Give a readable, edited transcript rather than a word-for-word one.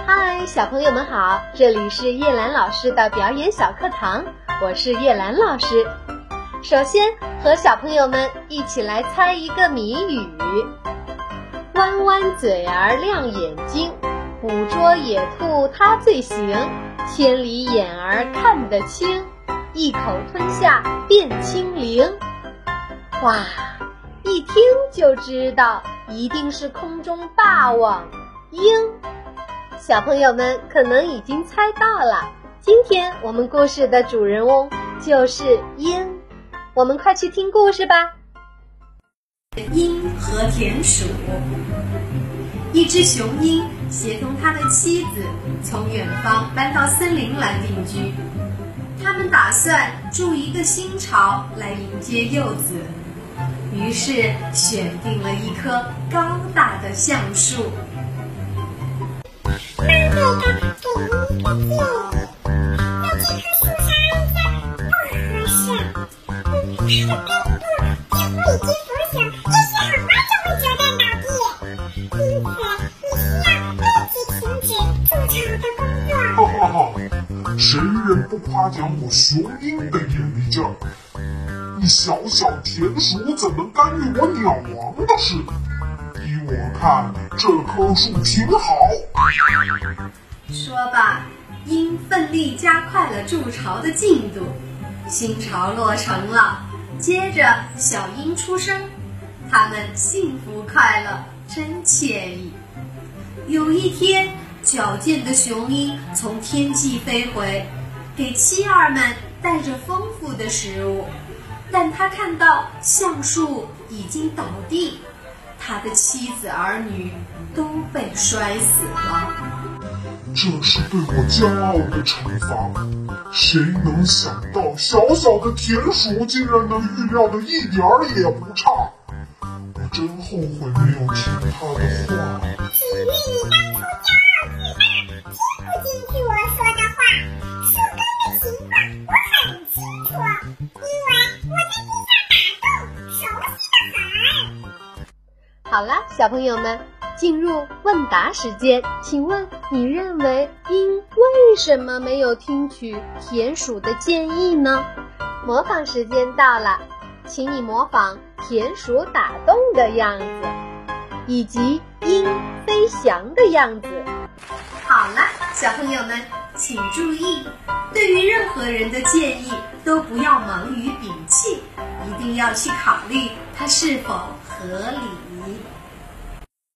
嗨，小朋友们好，这里是叶兰老师的表演小课堂，我是叶兰老师。首先和小朋友们一起来猜一个谜语。弯弯嘴儿亮眼睛，捕捉野兔它最行，千里眼儿看得清，一口吞下变清零。哇，一听就知道一定是空中霸王鹰。小朋友们可能已经猜到了，今天我们故事的主人翁就是鹰。我们快去听故事吧。 鹰和田鼠。一只雄鹰协同他的妻子从远方搬到森林来定居，他们打算筑一个新巢来迎接幼子，于是选定了一棵高大的橡树。 妈妈给你一个建议，在这棵树上安葬不合适，它的根部几乎已经腐朽，也许很快就会折断倒地，因此你需要立即停止筑巢的工作。 哈哈，谁人不夸奖我雄鹰的眼力劲儿？你小小田鼠怎能干预我鸟王的事？依我看，这棵树挺好。 说罢，鹰奋力加快了筑巢的进度，新巢落成了。接着小鹰出生，它们幸福快乐，真惬意。有一天，矫健的雄鹰从天际飞回，给妻儿们带着丰富的食物，但他看到橡树已经倒地，他的妻子儿女都被摔死了。 这是对我骄傲的惩罚。谁能想到小小的田鼠竟然能预料的一点儿也不差？我真后悔没有听他的话。 体育你当初骄傲自大，听不进去我说的话。树根的情况我很清楚，因为我在地下打洞，熟悉得很。 好了，小朋友们，进入问答时间，请问你认为鹰为什么没有听取田鼠的建议呢？模仿时间到了，请你模仿田鼠打洞的样子，以及鹰飞翔的样子。 好了，小朋友们，请注意，对于任何人的建议都不要忙于摒弃，一定要去考虑它是否合理。